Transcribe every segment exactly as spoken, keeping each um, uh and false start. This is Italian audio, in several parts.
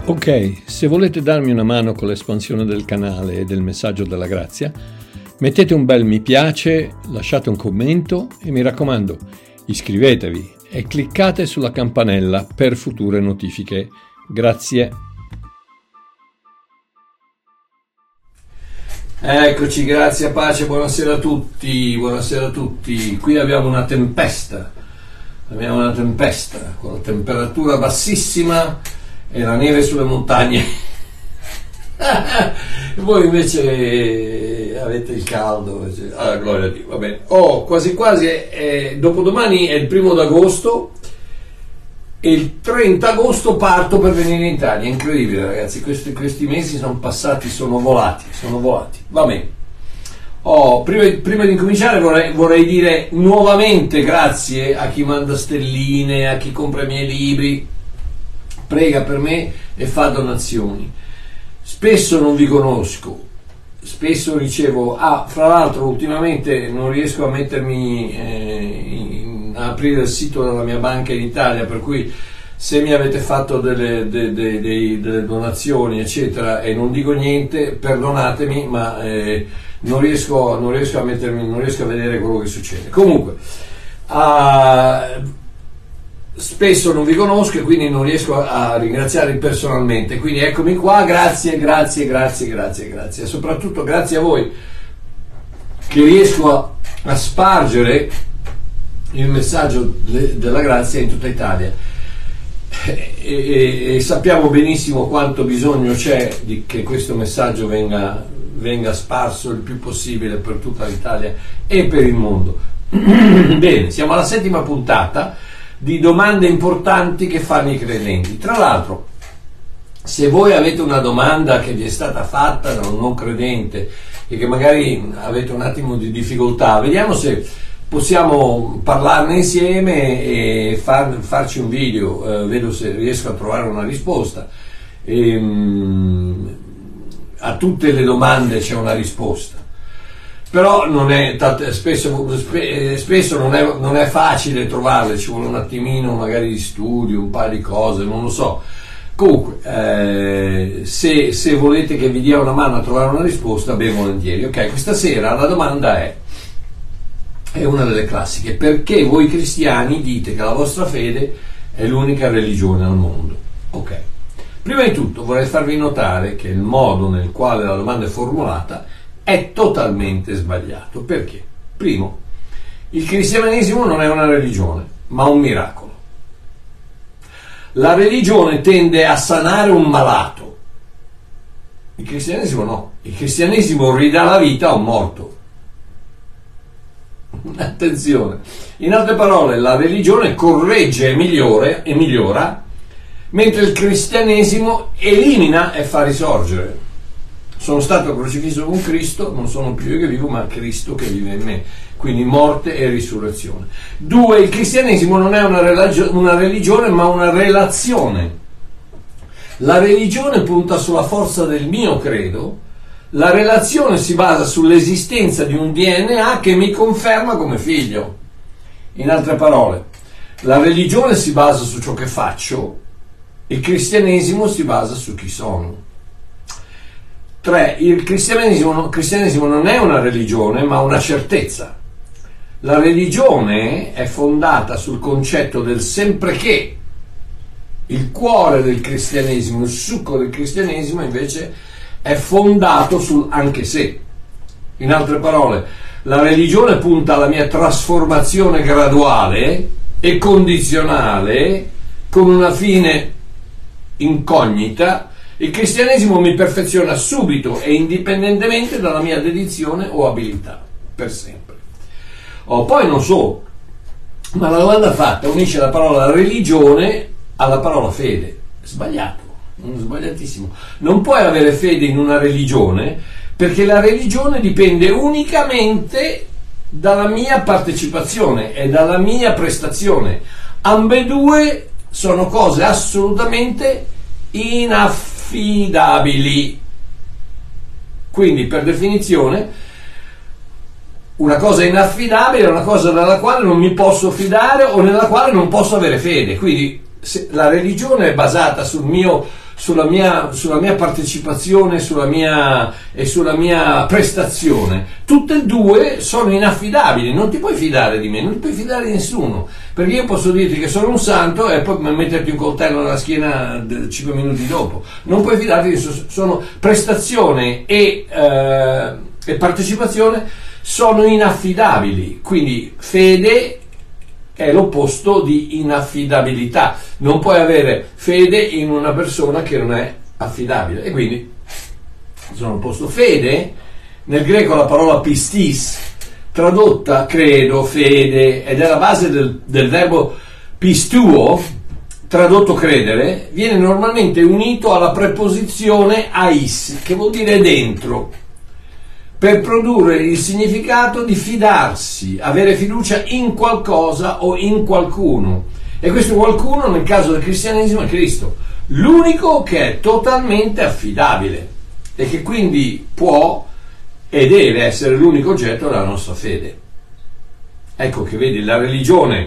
Ok, se volete darmi una mano con l'espansione del canale e del messaggio della grazia, mettete un bel mi piace, lasciate un commento e mi raccomando, iscrivetevi e cliccate sulla campanella per future notifiche. Grazie. Eccoci, grazie, pace, buonasera a tutti, buonasera a tutti. Qui abbiamo una tempesta, abbiamo una tempesta con la temperatura bassissima e la neve sulle montagne. Voi invece avete il caldo. Ah, gloria a Dio, va bene. Oh, quasi quasi, è, dopodomani è il primo d'agosto e il trenta agosto parto per venire in Italia. È incredibile, ragazzi, questi, questi mesi sono passati, sono volati, sono volati. Va bene. Oh, prima, prima di incominciare vorrei, vorrei dire nuovamente grazie a chi manda stelline, a chi compra i miei libri, prega per me e fa donazioni. Spesso non vi conosco, spesso ricevo, ah, fra l'altro ultimamente non riesco a mettermi eh, in, a aprire il sito della mia banca in Italia, per cui se mi avete fatto delle, de, de, de, delle donazioni eccetera e non dico niente, perdonatemi, ma eh, non, riesco, non riesco a mettermi, non riesco a vedere quello che succede. Comunque, uh, spesso non vi conosco e quindi non riesco a, a ringraziarvi personalmente, quindi eccomi qua, grazie, grazie, grazie, grazie, grazie, e soprattutto grazie a voi che riesco a, a spargere il messaggio de, della grazia in tutta Italia e, e, e sappiamo benissimo quanto bisogno c'è di che questo messaggio venga, venga sparso il più possibile per tutta l'Italia e per il mondo. Bene, siamo alla settima puntata di domande importanti che fanno i credenti. Tra l'altro, se voi avete una domanda che vi è stata fatta da un non credente e che magari avete un attimo di difficoltà, vediamo se possiamo parlarne insieme e far, farci un video, eh, vedo se riesco a trovare una risposta. E, um, a tutte le domande c'è una risposta, però non è spesso, spesso non, è, non è facile trovarle, ci vuole un attimino magari di studio, un paio di cose, non lo so. Comunque, eh, se, se volete che vi dia una mano a trovare una risposta, ben volentieri. Ok, questa sera la domanda è, è una delle classiche: perché voi cristiani dite che la vostra fede è l'unica religione al mondo? Ok, prima di tutto vorrei farvi notare che il modo nel quale la domanda è formulata è totalmente sbagliato. Perché? Primo, il cristianesimo non è una religione, ma un miracolo. La religione tende a sanare un malato, il cristianesimo no. Il cristianesimo ridà la vita a un morto. Attenzione. In altre parole, la religione corregge e migliora, e migliora, mentre il cristianesimo elimina e fa risorgere. Sono stato crocifisso con Cristo, non sono più io che vivo, ma Cristo che vive in me. Quindi morte e risurrezione. Due, il cristianesimo non è una, religio- una religione, ma una relazione. La religione punta sulla forza del mio credo, la relazione si basa sull'esistenza di un D N A che mi conferma come figlio. In altre parole, la religione si basa su ciò che faccio, il cristianesimo si basa su chi sono. Tre, il cristianesimo, il cristianesimo non è una religione, ma una certezza. La religione è fondata sul concetto del sempre che. Il cuore del cristianesimo, il succo del cristianesimo invece è fondato sul anche se. In altre parole, la religione punta alla mia trasformazione graduale e condizionale con una fine incognita. Il cristianesimo mi perfeziona subito e indipendentemente dalla mia dedizione o abilità, per sempre. Oh, poi non so, ma la domanda fatta unisce la parola religione alla parola fede. Sbagliato, sbagliatissimo. Non puoi avere fede in una religione perché la religione dipende unicamente dalla mia partecipazione e dalla mia prestazione. Ambedue sono cose assolutamente inaffidabili. Quindi, per definizione, una cosa inaffidabile è una cosa dalla quale non mi posso fidare o nella quale non posso avere fede. Quindi se la religione è basata sul mio sulla mia, sulla mia partecipazione sulla mia, e sulla mia prestazione. Tutte e due sono inaffidabili, non ti puoi fidare di me, non ti puoi fidare di nessuno, perché io posso dirti che sono un santo e poi metterti un coltello nella schiena cinque minuti dopo. Non puoi fidarti, sono prestazione e, eh, e partecipazione sono inaffidabili, quindi fede è l'opposto di inaffidabilità. Non puoi avere fede in una persona che non è affidabile, e quindi sono l'opposto. Fede, nel greco la parola pistis, tradotta credo, fede, ed è la base del, del verbo pistuo, tradotto credere, viene normalmente unito alla preposizione ais, che vuol dire dentro, per produrre il significato di fidarsi, avere fiducia in qualcosa o in qualcuno. E questo qualcuno, nel caso del cristianesimo, è Cristo, l'unico che è totalmente affidabile e che quindi può e deve essere l'unico oggetto della nostra fede. Ecco che vedi, la religione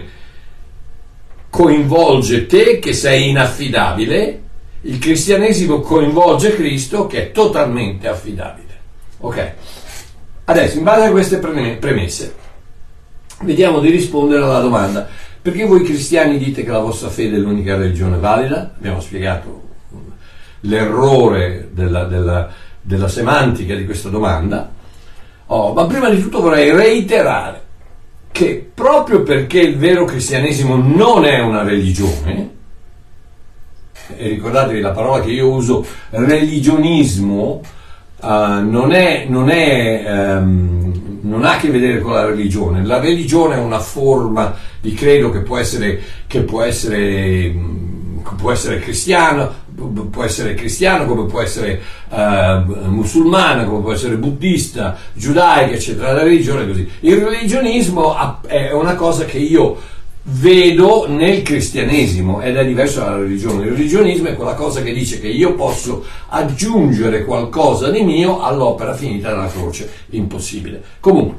coinvolge te che sei inaffidabile, il cristianesimo coinvolge Cristo che è totalmente affidabile. Ok? Adesso, in base a queste premesse, vediamo di rispondere alla domanda: perché voi cristiani dite che la vostra fede è l'unica religione valida? Abbiamo spiegato l'errore della, della, della semantica di questa domanda. Oh, ma prima di tutto vorrei reiterare che proprio perché il vero cristianesimo non è una religione, e ricordatevi la parola che io uso, religionismo, Uh, non è, non è um, non ha a che vedere con la religione. La religione è una forma di credo che può essere che può essere che può essere cristiano, può essere cristiano come può essere uh, musulmana, come può essere buddista, giudaica, eccetera. La religione è così. Il religionismo è una cosa che io vedo nel cristianesimo ed è diverso dalla religione. Il religionismo è quella cosa che dice che io posso aggiungere qualcosa di mio all'opera finita della croce. Impossibile. Comunque,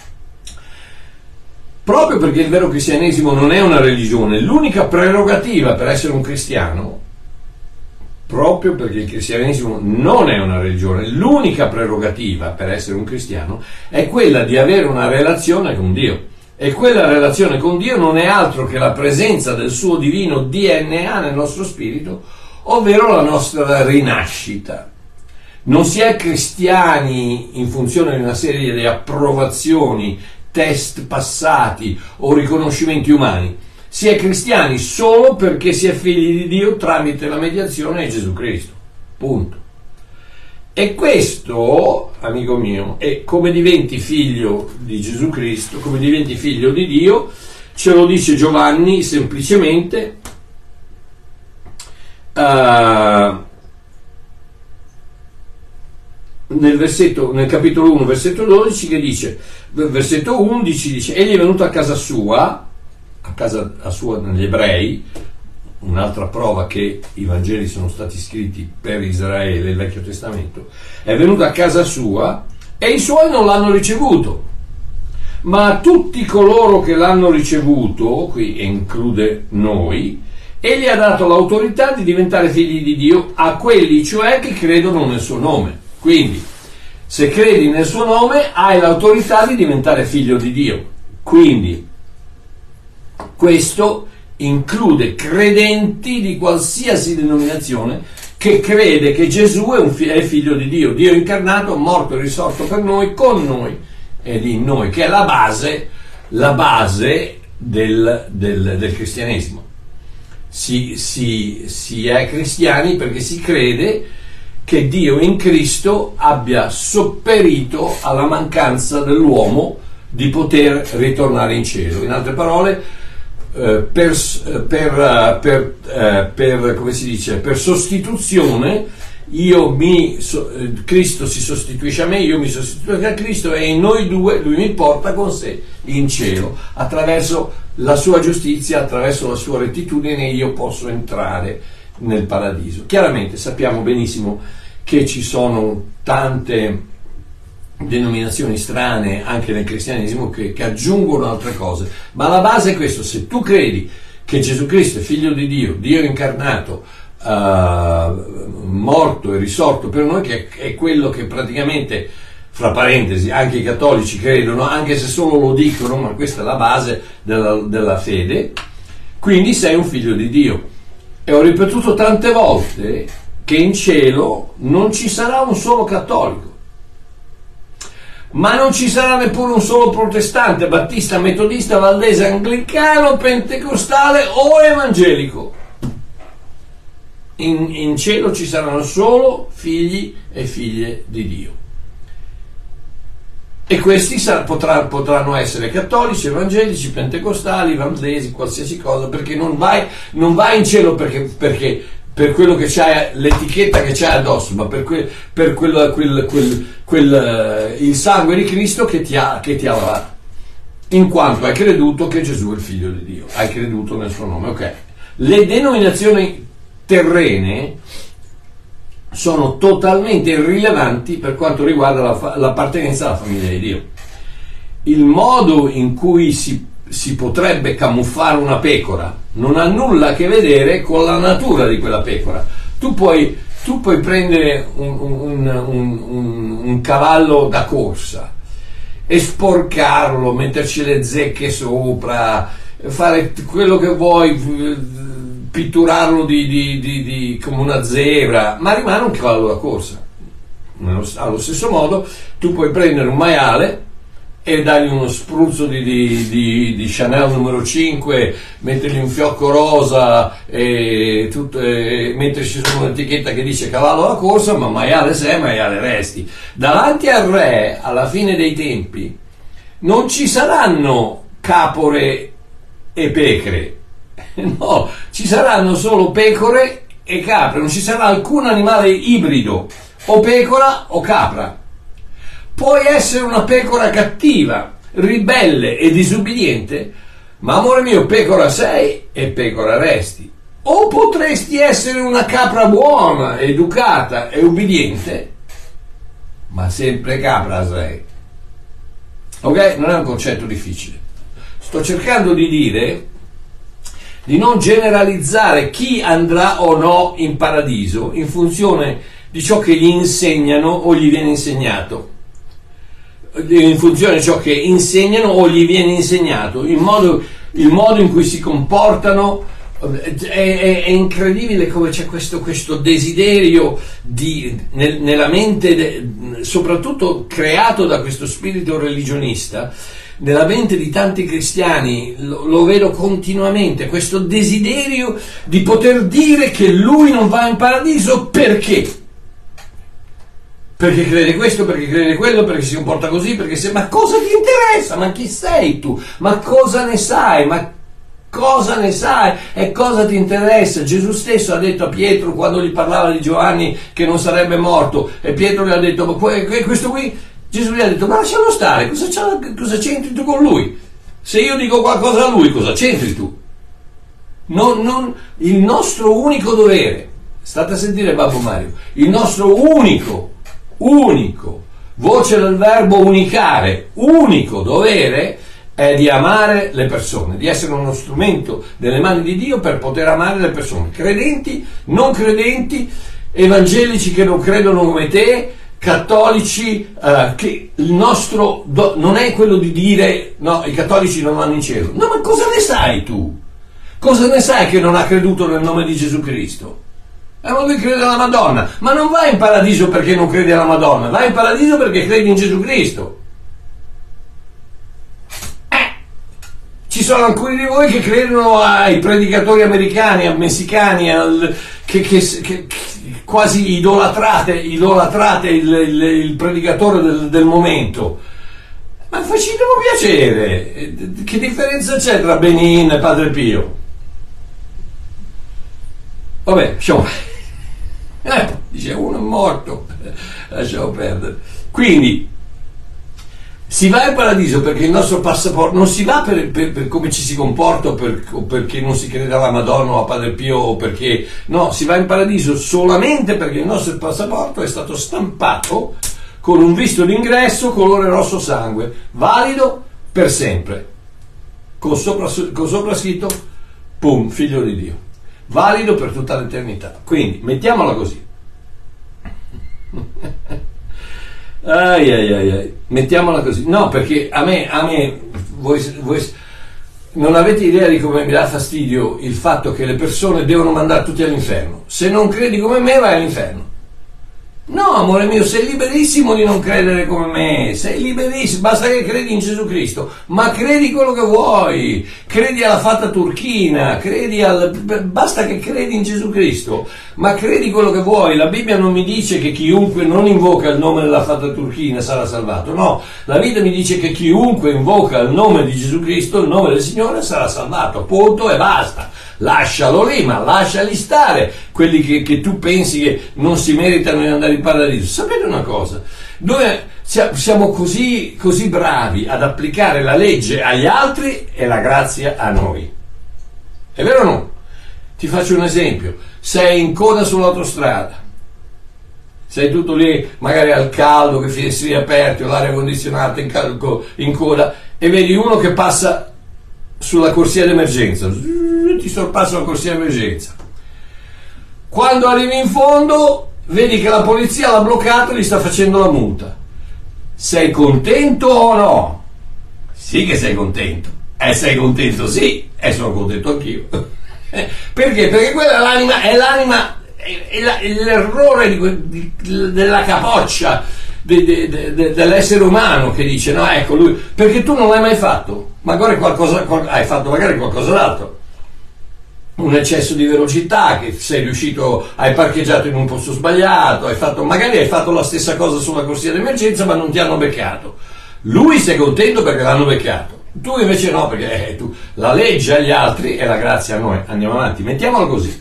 proprio perché il vero cristianesimo non è una religione, l'unica prerogativa per essere un cristiano, proprio perché il cristianesimo non è una religione, l'unica prerogativa per essere un cristiano è quella di avere una relazione con Dio. E quella relazione con Dio non è altro che la presenza del suo divino D N A nel nostro spirito, ovvero la nostra rinascita. Non si è cristiani in funzione di una serie di approvazioni, test passati o riconoscimenti umani. Si è cristiani solo perché si è figli di Dio tramite la mediazione di Gesù Cristo. Punto. E questo, amico mio, è come diventi figlio di Gesù Cristo, come diventi figlio di Dio, ce lo dice Giovanni semplicemente uh, nel versetto, nel capitolo uno, versetto dodici, che dice, versetto undici dice: egli è venuto a casa sua, a casa sua negli ebrei, un'altra prova che i Vangeli sono stati scritti per Israele, il Vecchio Testamento, è venuto a casa sua e i suoi non l'hanno ricevuto, ma a tutti coloro che l'hanno ricevuto, qui include noi, egli ha dato l'autorità di diventare figli di Dio, a quelli cioè che credono nel suo nome. Quindi, se credi nel suo nome, hai l'autorità di diventare figlio di Dio. Quindi, questo include credenti di qualsiasi denominazione che crede che Gesù è, un fi- è figlio di Dio, Dio incarnato, morto e risorto per noi, con noi ed in noi, che è la base, la base del, del, del cristianesimo. Si, si, si è cristiani perché si crede che Dio in Cristo abbia sopperito alla mancanza dell'uomo di poter ritornare in cielo. In altre parole, Uh, per, per, uh, per, uh, per come si dice per sostituzione io mi so, uh, Cristo si sostituisce a me, io mi sostituisco a Cristo e in noi due lui mi porta con sé in cielo attraverso la sua giustizia, attraverso la sua rettitudine io posso entrare nel paradiso. Chiaramente sappiamo benissimo che ci sono tante denominazioni strane anche nel cristianesimo che, che aggiungono altre cose, ma la base è questo: se tu credi che Gesù Cristo è figlio di Dio, Dio incarnato, uh, morto e risorto per noi, che è quello che praticamente, fra parentesi, anche i cattolici credono, anche se solo lo dicono, ma questa è la base della, della fede. Quindi sei un figlio di Dio. E ho ripetuto tante volte che in cielo non ci sarà un solo cattolico, ma non ci sarà neppure un solo protestante, battista, metodista, valdese, anglicano, pentecostale o evangelico. In, in cielo ci saranno solo figli e figlie di Dio. E questi sar- potrà, potranno essere cattolici, evangelici, pentecostali, valdesi, qualsiasi cosa, perché non vai, non vai in cielo perché, perché per quello che c'hai, l'etichetta che c'hai addosso, ma per, que, per quel, quel, quel, quel, uh, il sangue di Cristo che ti ha, che ti ha lavato, in quanto hai creduto che Gesù è il figlio di Dio, hai creduto nel suo nome. Ok. Le denominazioni terrene sono totalmente irrilevanti per quanto riguarda la, l'appartenenza alla famiglia di Dio. Il modo in cui si, si potrebbe camuffare una pecora non ha nulla a che vedere con la natura di quella pecora. Tu puoi, tu puoi prendere un, un, un, un, un cavallo da corsa e sporcarlo, metterci le zecche sopra, fare quello che vuoi, pitturarlo di, di, di, di, come una zebra, ma rimane un cavallo da corsa. Allo stesso modo tu puoi prendere un maiale e dargli uno spruzzo di, di, di, di Chanel numero cinque, mettergli un fiocco rosa e, tutto, e metterci su un'etichetta che dice cavallo da corsa, ma maiale sei, maiale resti. Davanti al re, alla fine dei tempi, non ci saranno capore e pecore. No, ci saranno solo pecore e capre, non ci sarà alcun animale ibrido, o pecora o capra. Puoi essere una pecora cattiva, ribelle e disubbidiente, ma amore mio, pecora sei e pecora resti. O potresti essere una capra buona, educata e ubbidiente, ma sempre capra sei. Ok? Non è un concetto difficile. Sto cercando di dire di non generalizzare chi andrà o no in paradiso in funzione di ciò che gli insegnano o gli viene insegnato, in funzione di ciò che insegnano o gli viene insegnato, in modo, il modo in cui si comportano. È, è, è incredibile come c'è questo, questo desiderio di, nel, nella mente, de, soprattutto creato da questo spirito religionista, nella mente di tanti cristiani, lo, lo vedo continuamente, questo desiderio di poter dire che lui non va in paradiso perché? Perché crede questo, perché crede quello, perché si comporta così, perché se... Ma cosa ti interessa? Ma chi sei tu? Ma cosa ne sai? Ma cosa ne sai? E cosa ti interessa? Gesù stesso ha detto a Pietro, quando gli parlava di Giovanni che non sarebbe morto, e Pietro gli ha detto, ma questo qui... Gesù gli ha detto, ma lascialo stare, cosa, cosa c'entri tu con lui? Se io dico qualcosa a lui, cosa c'entri tu? Non, non, il nostro unico dovere, state a sentire Babbo Mario, il nostro unico, unico, voce del verbo unicare, unico dovere è di amare le persone, di essere uno strumento delle mani di Dio per poter amare le persone, credenti, non credenti, evangelici che non credono come te, cattolici, uh, che il nostro do, non è quello di dire no, i cattolici non vanno in cielo. No, ma cosa ne sai tu? Cosa ne sai che non ha creduto nel nome di Gesù Cristo? E non lui crede alla Madonna, ma non vai in paradiso perché non credi alla Madonna, vai in paradiso perché credi in Gesù Cristo. Eh, ci sono alcuni di voi che credono ai predicatori americani, ai messicani, al, che, che, che, che quasi idolatrate, idolatrate il, il, il predicatore del, del momento. Ma facetemi piacere, che differenza c'è tra Benin e Padre Pio? Vabbè, lasciamo, eh, dice uno è morto, lasciamo perdere. Quindi si va in paradiso perché il nostro passaporto non si va per, per, per come ci si comporta, per, o perché non si crede alla Madonna o a Padre Pio, o perché no, si va in paradiso solamente perché il nostro passaporto è stato stampato con un visto d'ingresso colore rosso sangue, valido per sempre, con sopra, con sopra scritto pum, figlio di Dio. valido per tutta l'eternità. Quindi mettiamola così. ai, ai, ai, ai. Mettiamola così. No, perché a me, a me voi, voi non avete idea di come mi dà fastidio il fatto che le persone devono mandare tutti all'inferno. Se non credi come me, vai all'inferno. No, amore mio, sei liberissimo di non credere come me, sei liberissimo, basta che credi in Gesù Cristo, ma credi quello che vuoi, credi alla fata turchina, credi al... basta che credi in Gesù Cristo, ma credi quello che vuoi. La Bibbia non mi dice che chiunque non invoca il nome della fata turchina sarà salvato, no, la Bibbia mi dice che chiunque invoca il nome di Gesù Cristo, il nome del Signore, sarà salvato, punto e basta. Lascialo lì, ma lasciali stare quelli che, che tu pensi che non si meritano di andare in paradiso. Sapete una cosa? Noi siamo così, così bravi ad applicare la legge agli altri e la grazia a noi. È vero o no? Ti faccio un esempio. Sei in coda sull'autostrada, sei tutto lì magari al caldo, che finestrini aperti o l'aria condizionata in, calco, in coda, e vedi uno che passa sulla corsia d'emergenza, ti sorpassa la corsia d'emergenza. Quando arrivi in fondo vedi che la polizia l'ha bloccato e gli sta facendo la multa. Sei contento o no? Sì che sei contento. Eh, sei contento, sì, e sono contento anch'io. Perché? Perché quella è l'anima, è l'anima, è, la, è l'errore di, di, della capoccia de, de, de, de, dell'essere umano, che dice no, ecco lui, perché tu non l'hai mai fatto. Magari qualcosa, hai fatto magari qualcosa d'altro, un eccesso di velocità, che sei riuscito, hai parcheggiato in un posto sbagliato, hai fatto, magari hai fatto la stessa cosa sulla corsia d'emergenza ma non ti hanno beccato. Lui sei contento perché l'hanno beccato, tu invece no, perché eh, tu, la legge agli altri e la grazia a noi. Andiamo avanti, mettiamolo così.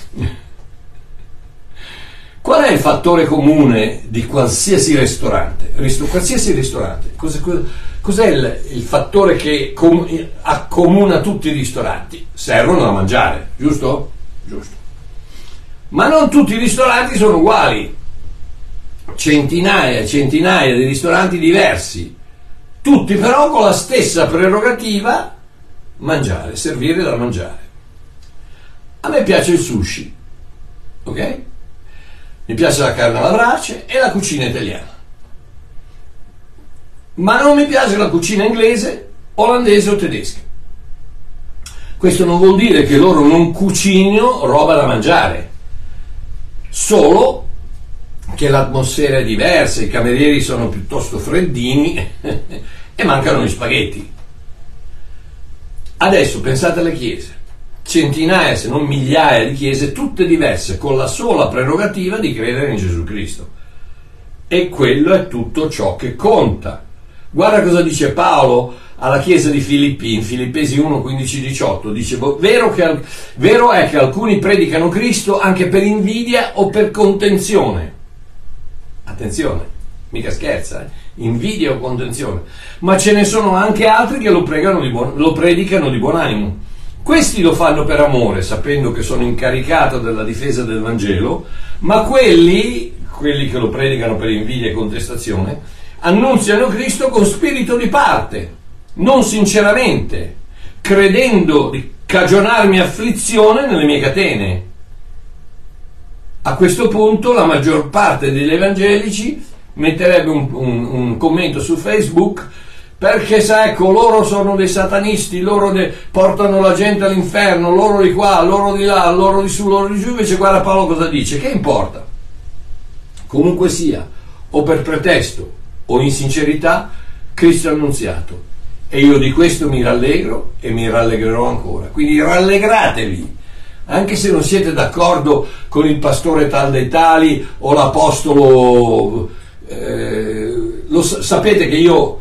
Qual è il fattore comune di qualsiasi ristorante? Risto, qualsiasi ristorante, cos'è, cos'è il, il fattore che com, accomuna tutti i ristoranti? Servono da mangiare, giusto? Giusto. Ma non tutti i ristoranti sono uguali. Centinaia e centinaia di ristoranti diversi, tutti però con la stessa prerogativa: mangiare, servire da mangiare. A me piace il sushi, ok? Mi piace la carne alla brace e la cucina italiana, ma non mi piace la cucina inglese, olandese o tedesca. Questo non vuol dire che loro non cucinino roba da mangiare, solo che l'atmosfera è diversa, i camerieri sono piuttosto freddini e mancano gli spaghetti. Adesso pensate alle chiese. Centinaia se non migliaia di chiese, tutte diverse, con la sola prerogativa di credere in Gesù Cristo, e quello è tutto ciò che conta. Guarda cosa dice Paolo alla chiesa di Filippi in Filippesi uno, quindici, diciotto, dice: vero, che, vero è che alcuni predicano Cristo anche per invidia o per contenzione. Attenzione, mica scherza, eh? Invidia o contenzione, ma ce ne sono anche altri che lo, pregano di buon, lo predicano di buon animo. Questi lo fanno per amore, sapendo che sono incaricato della difesa del Vangelo, ma quelli, quelli che lo predicano per invidia e contestazione, annunziano Cristo con spirito di parte, non sinceramente, credendo di cagionarmi afflizione nelle mie catene. A questo punto la maggior parte degli evangelici metterebbe un, un, un commento su Facebook: perché sa, ecco, loro sono dei satanisti, loro de, portano la gente all'inferno, loro di qua, loro di là, loro di su, loro di giù. Invece guarda Paolo cosa dice: che importa? Comunque sia, o per pretesto o in sincerità, Cristo è annunziato, e io di questo mi rallegro e mi rallegrerò ancora. Quindi rallegratevi, anche se non siete d'accordo con il pastore tal dei tali o l'apostolo. Eh, lo sapete che io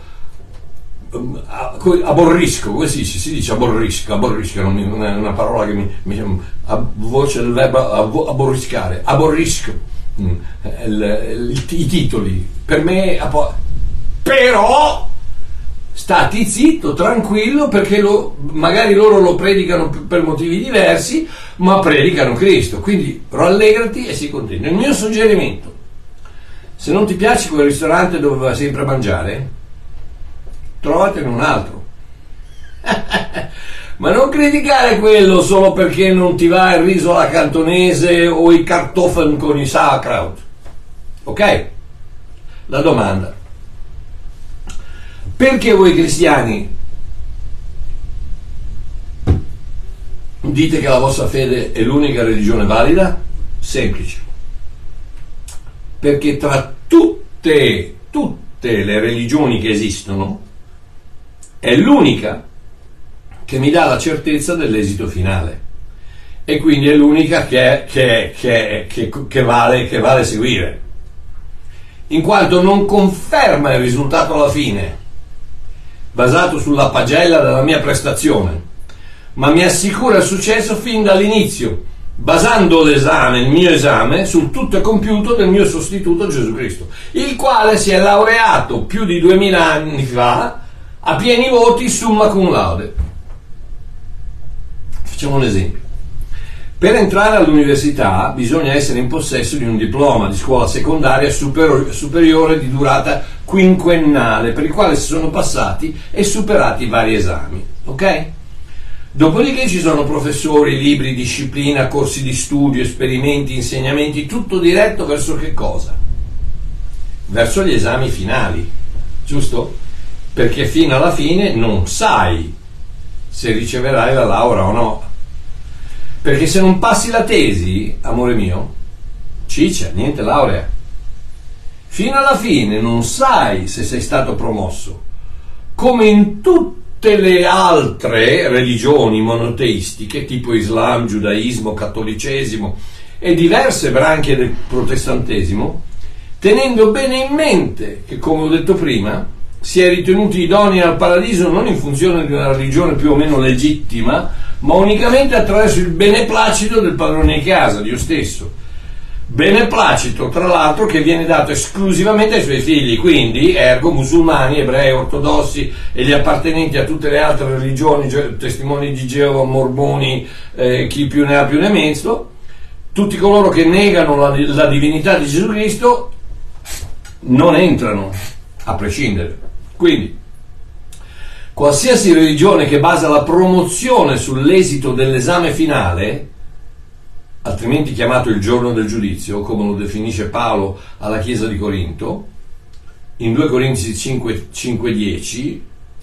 aborrisco, come si dice? Si dice aborrisco, aborrisco non è una parola che mi, mi a voce del verbo aborriscare, aborrisco mm, il, il, i titoli per me, però stati zitto, tranquillo, perché lo, magari loro lo predicano per motivi diversi, ma predicano Cristo, quindi rallegrati e si continua. Il mio suggerimento: se non ti piace quel ristorante dove vai sempre a mangiare, trovatene un altro. Ma non criticare quello solo perché non ti va il riso alla cantonese o i kartoffeln con i sauerkraut. Ok? La domanda: perché voi cristiani dite che la vostra fede è l'unica religione valida? Semplice. Perché tra tutte, tutte le religioni che esistono, è l'unica che mi dà la certezza dell'esito finale. E quindi è l'unica che, che, che, che, che, vale, che vale seguire. In quanto non conferma il risultato alla fine, basato sulla pagella della mia prestazione, ma mi assicura il successo fin dall'inizio, basando l'esame, il mio esame, sul tutto e compiuto del mio sostituto Gesù Cristo, il quale si è laureato più di duemila anni fa a pieni voti summa cum laude. Facciamo un esempio. Per entrare all'università bisogna essere in possesso di un diploma di scuola secondaria superiore, superiore di durata quinquennale, per il quale si sono passati e superati vari esami. Ok? Dopodiché ci sono professori, libri, disciplina, corsi di studio, esperimenti, insegnamenti, tutto diretto verso che cosa? Verso gli esami finali, giusto? Perché fino alla fine non sai se riceverai la laurea o no. Perché se non passi la tesi, amore mio, ciccia, niente laurea. Fino alla fine non sai se sei stato promosso. Come in tutti Tutte le altre religioni monoteistiche, tipo Islam, Giudaismo, Cattolicesimo e diverse branche del protestantesimo, tenendo bene in mente che, come ho detto prima, si è ritenuti idonei al paradiso non in funzione di una religione più o meno legittima, ma unicamente attraverso il beneplacito del padrone di casa, Dio stesso. Beneplacito, tra l'altro, che viene dato esclusivamente ai suoi figli, quindi ergo musulmani, ebrei, ortodossi e gli appartenenti a tutte le altre religioni, testimoni di Geova, mormoni, eh, chi più ne ha più ne mezzo, tutti coloro che negano la, la divinità di Gesù Cristo non entrano, a prescindere. Quindi qualsiasi religione che basa la promozione sull'esito dell'esame finale, altrimenti chiamato il giorno del giudizio, come lo definisce Paolo alla Chiesa di Corinto, in due Corinzi cinque dieci,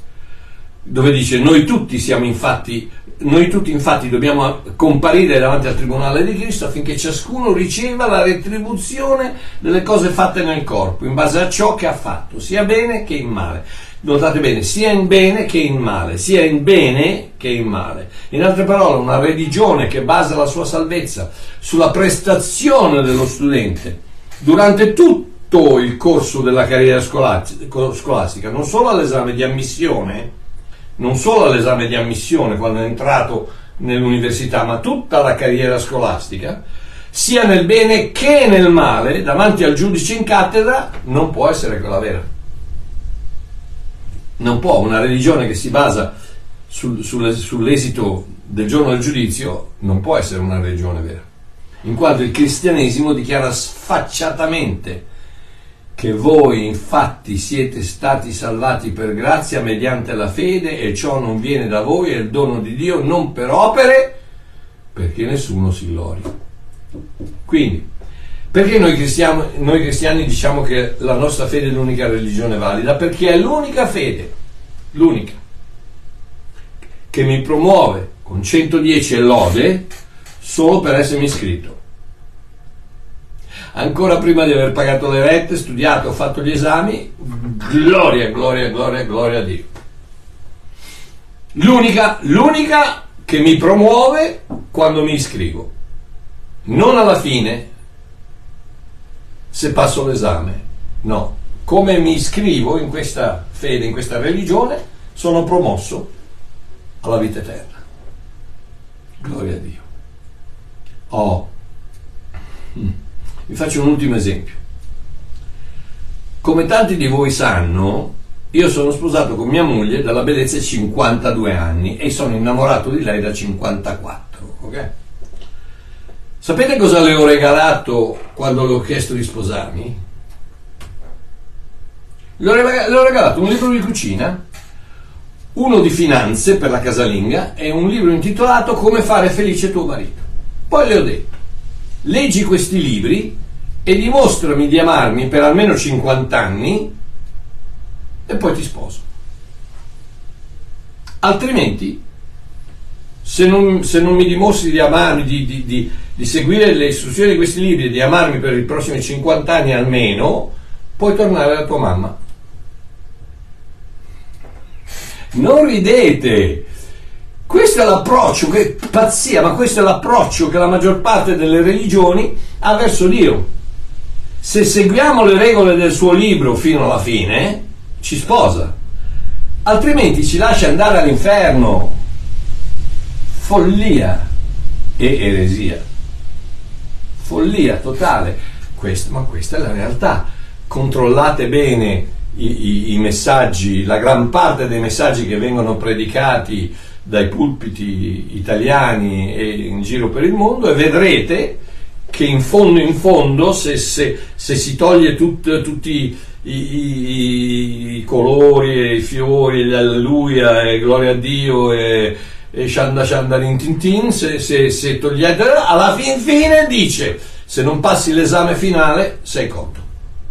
dove dice: noi tutti siamo infatti, noi tutti infatti dobbiamo comparire davanti al tribunale di Cristo affinché ciascuno riceva la retribuzione delle cose fatte nel corpo, in base a ciò che ha fatto, sia bene che in male. Notate bene, sia in bene che in male, sia in bene che in male. In altre parole, una religione che basa la sua salvezza sulla prestazione dello studente durante tutto il corso della carriera scolastica, non solo all'esame di ammissione, non solo all'esame di ammissione quando è entrato nell'università, ma tutta la carriera scolastica, sia nel bene che nel male, davanti al giudice in cattedra, non può essere quella vera. Non può una religione che si basa sul, sul, sull'esito del giorno del giudizio, non può essere una religione vera, in quanto il cristianesimo dichiara sfacciatamente che voi infatti siete stati salvati per grazia mediante la fede, e ciò non viene da voi, è il dono di Dio, non per opere, perché nessuno si glori. Quindi, perché noi cristiani, noi cristiani diciamo che la nostra fede è l'unica religione valida? Perché è l'unica fede, l'unica, che mi promuove con centodieci e lode solo per essermi iscritto. Ancora prima di aver pagato le rette, studiato, fatto gli esami, gloria, gloria, gloria, gloria a Dio. L'unica, l'unica che mi promuove quando mi iscrivo, non alla fine, se passo l'esame, no, come mi iscrivo in questa fede, in questa religione, sono promosso alla vita eterna. Gloria a Dio. Oh, vi faccio un ultimo esempio. Come tanti di voi sanno, io sono sposato con mia moglie dalla bellezza di cinquantadue anni e sono innamorato di lei da cinquantaquattro, ok? Sapete cosa le ho regalato quando le ho chiesto di sposarmi? Le ho regalato un libro di cucina, uno di finanze per la casalinga e un libro intitolato Come fare felice tuo marito. Poi le ho detto: leggi questi libri e dimostrami di amarmi per almeno cinquanta anni e poi ti sposo. Altrimenti, se non, se non mi dimostri di amarmi, di, di, di, di seguire le istruzioni di questi libri e di amarmi per i prossimi cinquanta anni almeno, puoi tornare alla tua mamma. Non ridete, questo è l'approccio, che pazzia, ma questo è l'approccio che la maggior parte delle religioni ha verso Dio. Se seguiamo le regole del suo libro fino alla fine, ci sposa, altrimenti ci lascia andare all'inferno. Follia e eresia, follia totale. Questo, ma questa è la realtà. Controllate bene i, i, i messaggi, la gran parte dei messaggi che vengono predicati dai pulpiti italiani e in giro per il mondo, e vedrete che in fondo in fondo, se, se, se si toglie tut, tutti i, i, i colori e i fiori, l'alleluia e gloria a Dio e e Shanda Shanda Rintintin, se, se, se togliete, alla fin fine dice: se non passi l'esame finale sei cotto.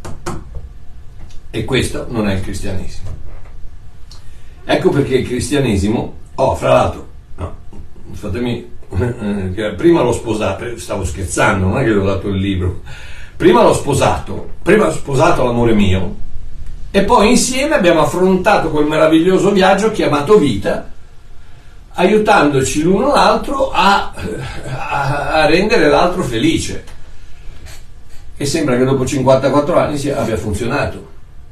E questo non è il cristianesimo. Ecco perché il cristianesimo, oh, fra l'altro, no, fatemi, eh, prima l'ho sposato, stavo scherzando, non è che gli ho dato il libro, prima l'ho sposato, prima ho sposato l'amore mio, e poi insieme abbiamo affrontato quel meraviglioso viaggio chiamato vita, aiutandoci l'uno l'altro a, a, a rendere l'altro felice. E sembra che dopo cinquantaquattro anni sia, abbia funzionato.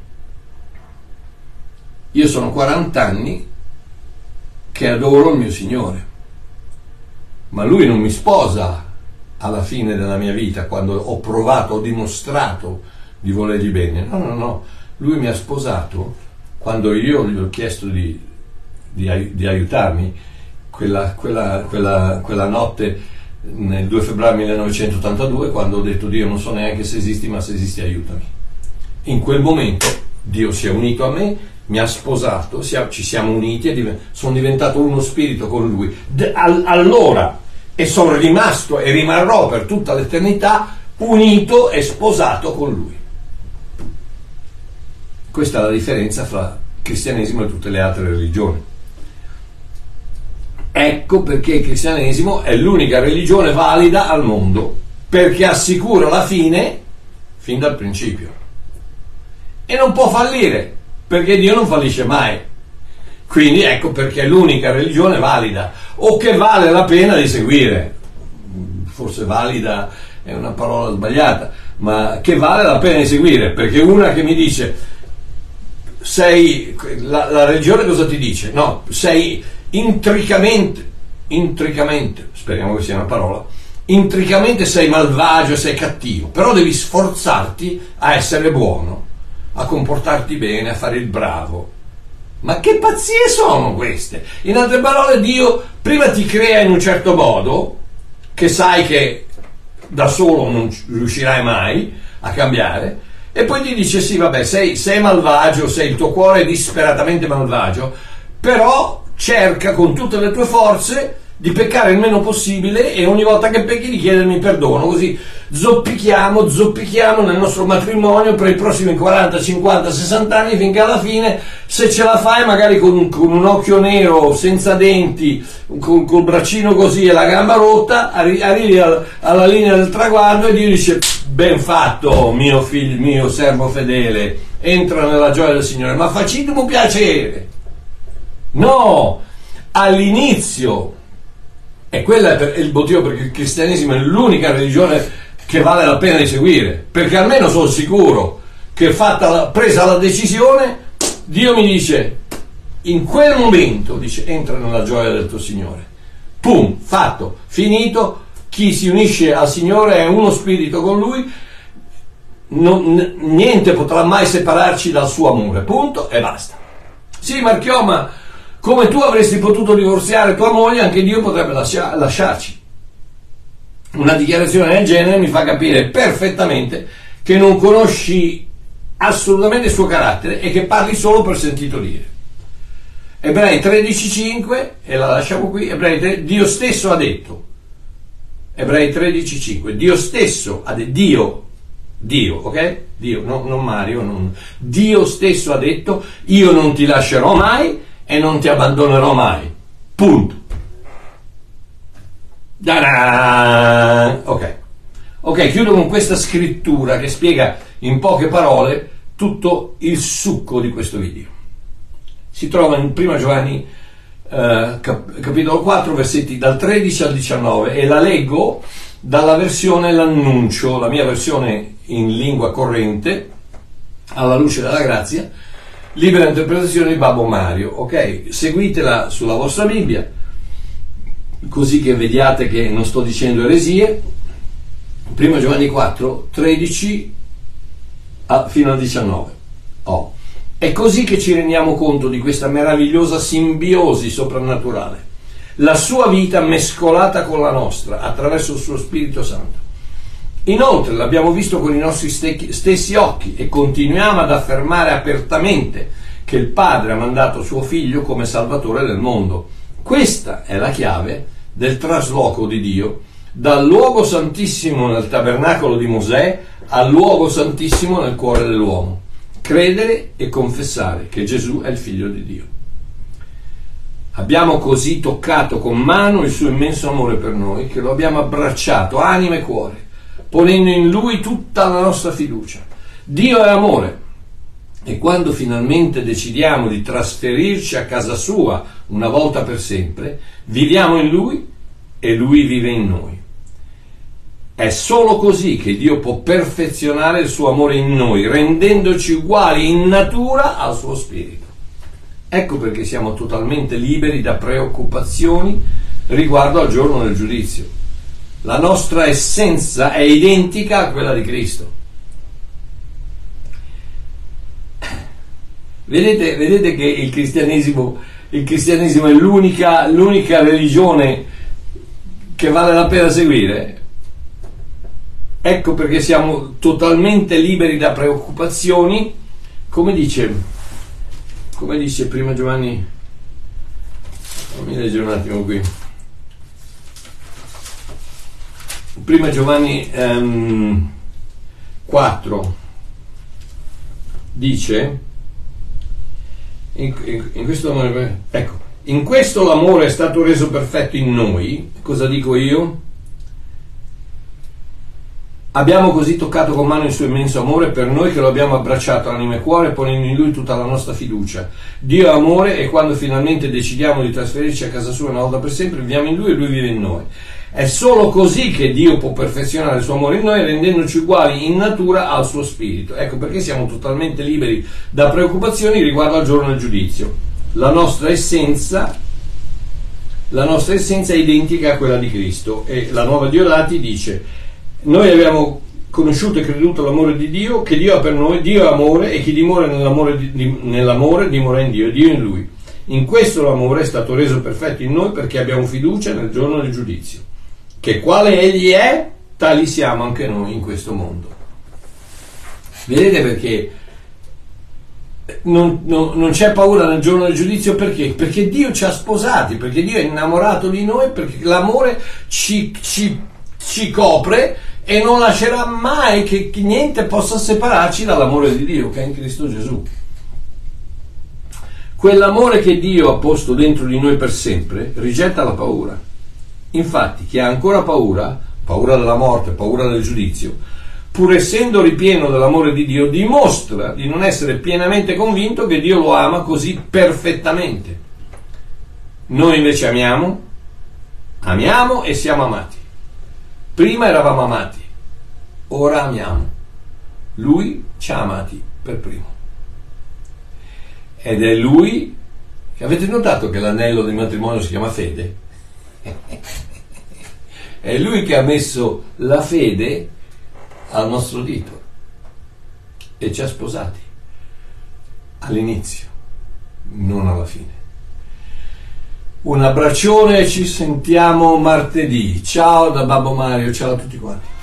Io sono quaranta anni che adoro il mio Signore, ma Lui non mi sposa alla fine della mia vita, quando ho provato, ho dimostrato di volergli bene. No, no, no. Lui mi ha sposato quando io gli ho chiesto di, di, di aiutarmi. Quella, quella, quella, quella notte nel due febbraio millenovecentottantadue, quando ho detto: Dio, non so neanche se esisti, ma se esisti aiutami. In quel momento Dio si è unito a me, mi ha sposato, ci siamo uniti e sono diventato uno spirito con Lui. De, all, allora, e sono rimasto e rimarrò per tutta l'eternità unito e sposato con Lui. Questa è la differenza fra il cristianesimo e tutte le altre religioni. Ecco perché il cristianesimo è l'unica religione valida al mondo, perché assicura la fine fin dal principio e non può fallire, perché Dio non fallisce mai. Quindi ecco perché è l'unica religione valida, o che vale la pena di seguire. Forse valida è una parola sbagliata, ma che vale la pena di seguire, perché una che mi dice sei la, la religione cosa ti dice? No, sei intricamente, intricamente, speriamo che sia una parola, intricamente sei malvagio, sei cattivo, però devi sforzarti a essere buono, a comportarti bene, a fare il bravo. Ma che pazzie sono queste? In altre parole, Dio prima ti crea in un certo modo, che sai che da solo non riuscirai mai a cambiare, e poi ti dice: sì, vabbè, sei, sei malvagio, sei, il tuo cuore è disperatamente malvagio, però cerca con tutte le tue forze di peccare il meno possibile, e ogni volta che pecchi di chiedermi perdono, così zoppichiamo, zoppichiamo nel nostro matrimonio per i prossimi quaranta, cinquanta, sessanta anni, finché alla fine, se ce la fai, magari con, con un occhio nero, senza denti, con col braccino così e la gamba rotta, arri- arrivi al, alla linea del traguardo e Dio dice: ben fatto, mio figlio, mio servo fedele, entra nella gioia del Signore. Ma facitemi un piacere. No, all'inizio, e quello è il motivo perché il cristianesimo è l'unica religione che vale la pena di seguire, perché almeno sono sicuro che fatta la, presa la decisione, Dio mi dice in quel momento, dice: entra nella gioia del tuo Signore. Pum, fatto, finito. Chi si unisce al Signore è uno spirito con Lui, non, niente potrà mai separarci dal suo amore, punto e basta. Sì, Marchiò, ma come tu avresti potuto divorziare tua moglie, anche Dio potrebbe lascia- lasciarci. Una dichiarazione del genere mi fa capire perfettamente che non conosci assolutamente il suo carattere e che parli solo per sentito dire. Ebrei tredici cinque, e la lasciamo qui, Ebrei tre, Dio stesso ha detto, Ebrei tredici cinque, Dio stesso ha detto, Dio, Dio, ok? Dio, no, non Mario, non, Dio stesso ha detto, io non ti lascerò mai e non ti abbandonerò mai, punto. Da-da! Ok, ok, chiudo con questa scrittura che spiega in poche parole tutto il succo di questo video. Si trova in prima Giovanni eh, cap- capitolo quattro, versetti dal tredici al diciannove, e la leggo dalla versione L'Annuncio, la mia versione in lingua corrente, alla luce della grazia, libera interpretazione di Babbo Mario. Ok, seguitela sulla vostra Bibbia, così che vediate che non sto dicendo eresie. prima Giovanni quattro, tredici a, fino al diciannove. Oh. È così che ci rendiamo conto di questa meravigliosa simbiosi soprannaturale, la sua vita mescolata con la nostra attraverso il suo Spirito Santo. Inoltre l'abbiamo visto con i nostri stessi occhi e continuiamo ad affermare apertamente che il Padre ha mandato suo Figlio come Salvatore del mondo. Questa è la chiave del trasloco di Dio dal luogo santissimo nel tabernacolo di Mosè al luogo santissimo nel cuore dell'uomo. Credere e confessare che Gesù è il Figlio di Dio. Abbiamo così toccato con mano il suo immenso amore per noi, che lo abbiamo abbracciato anima e cuore, ponendo in Lui tutta la nostra fiducia. Dio è amore, e quando finalmente decidiamo di trasferirci a casa sua una volta per sempre, viviamo in Lui e Lui vive in noi. È solo così che Dio può perfezionare il suo amore in noi, rendendoci uguali in natura al suo Spirito. Ecco perché siamo totalmente liberi da preoccupazioni riguardo al giorno del giudizio. La nostra essenza è identica a quella di Cristo. Vedete, vedete che il cristianesimo, il cristianesimo è l'unica, l'unica religione che vale la pena seguire? Ecco perché siamo totalmente liberi da preoccupazioni, come dice, come dice prima Giovanni, fammi leggere un attimo qui, prima Giovanni um, quattro dice, in, in, in questo amore, ecco, in questo l'amore è stato reso perfetto in noi. Cosa dico io? Abbiamo così toccato con mano il suo immenso amore per noi, che lo abbiamo abbracciato anima e cuore, ponendo in Lui tutta la nostra fiducia. Dio è amore, e quando finalmente decidiamo di trasferirci a casa sua una volta per sempre, viviamo in Lui e Lui vive in noi. È solo così che Dio può perfezionare il suo amore in noi, rendendoci uguali in natura al suo Spirito. Ecco perché siamo totalmente liberi da preoccupazioni riguardo al giorno del giudizio. La nostra essenza, la nostra essenza è identica a quella di Cristo, e la Nuova Diodati dice: noi abbiamo conosciuto e creduto l'amore di Dio, che Dio ha per noi. Dio è amore, e chi dimora nell'amore, di, di, nell'amore dimora in Dio, e Dio in Lui. In questo l'amore è stato reso perfetto in noi, perché abbiamo fiducia nel giorno del giudizio, che quale Egli è, tali siamo anche noi in questo mondo. Vedete perché non, non, non c'è paura nel giorno del giudizio? Perché? Perché Dio ci ha sposati, perché Dio è innamorato di noi, perché l'amore ci, ci, ci copre e non lascerà mai che niente possa separarci dall'amore di Dio che è in Cristo Gesù. Quell'amore che Dio ha posto dentro di noi per sempre rigetta la paura. Infatti chi ha ancora paura, paura della morte, paura del giudizio, pur essendo ripieno dell'amore di Dio, dimostra di non essere pienamente convinto che Dio lo ama così perfettamente. Noi invece amiamo, amiamo e siamo amati. Prima eravamo amati, ora amiamo. Lui ci ha amati per primo. Ed è Lui che, avete notato che l'anello del matrimonio si chiama fede? È Lui che ha messo la fede al nostro dito e ci ha sposati all'inizio, non alla fine. Un abbraccione, ci sentiamo martedì. Ciao da Babbo Mario, ciao a tutti quanti.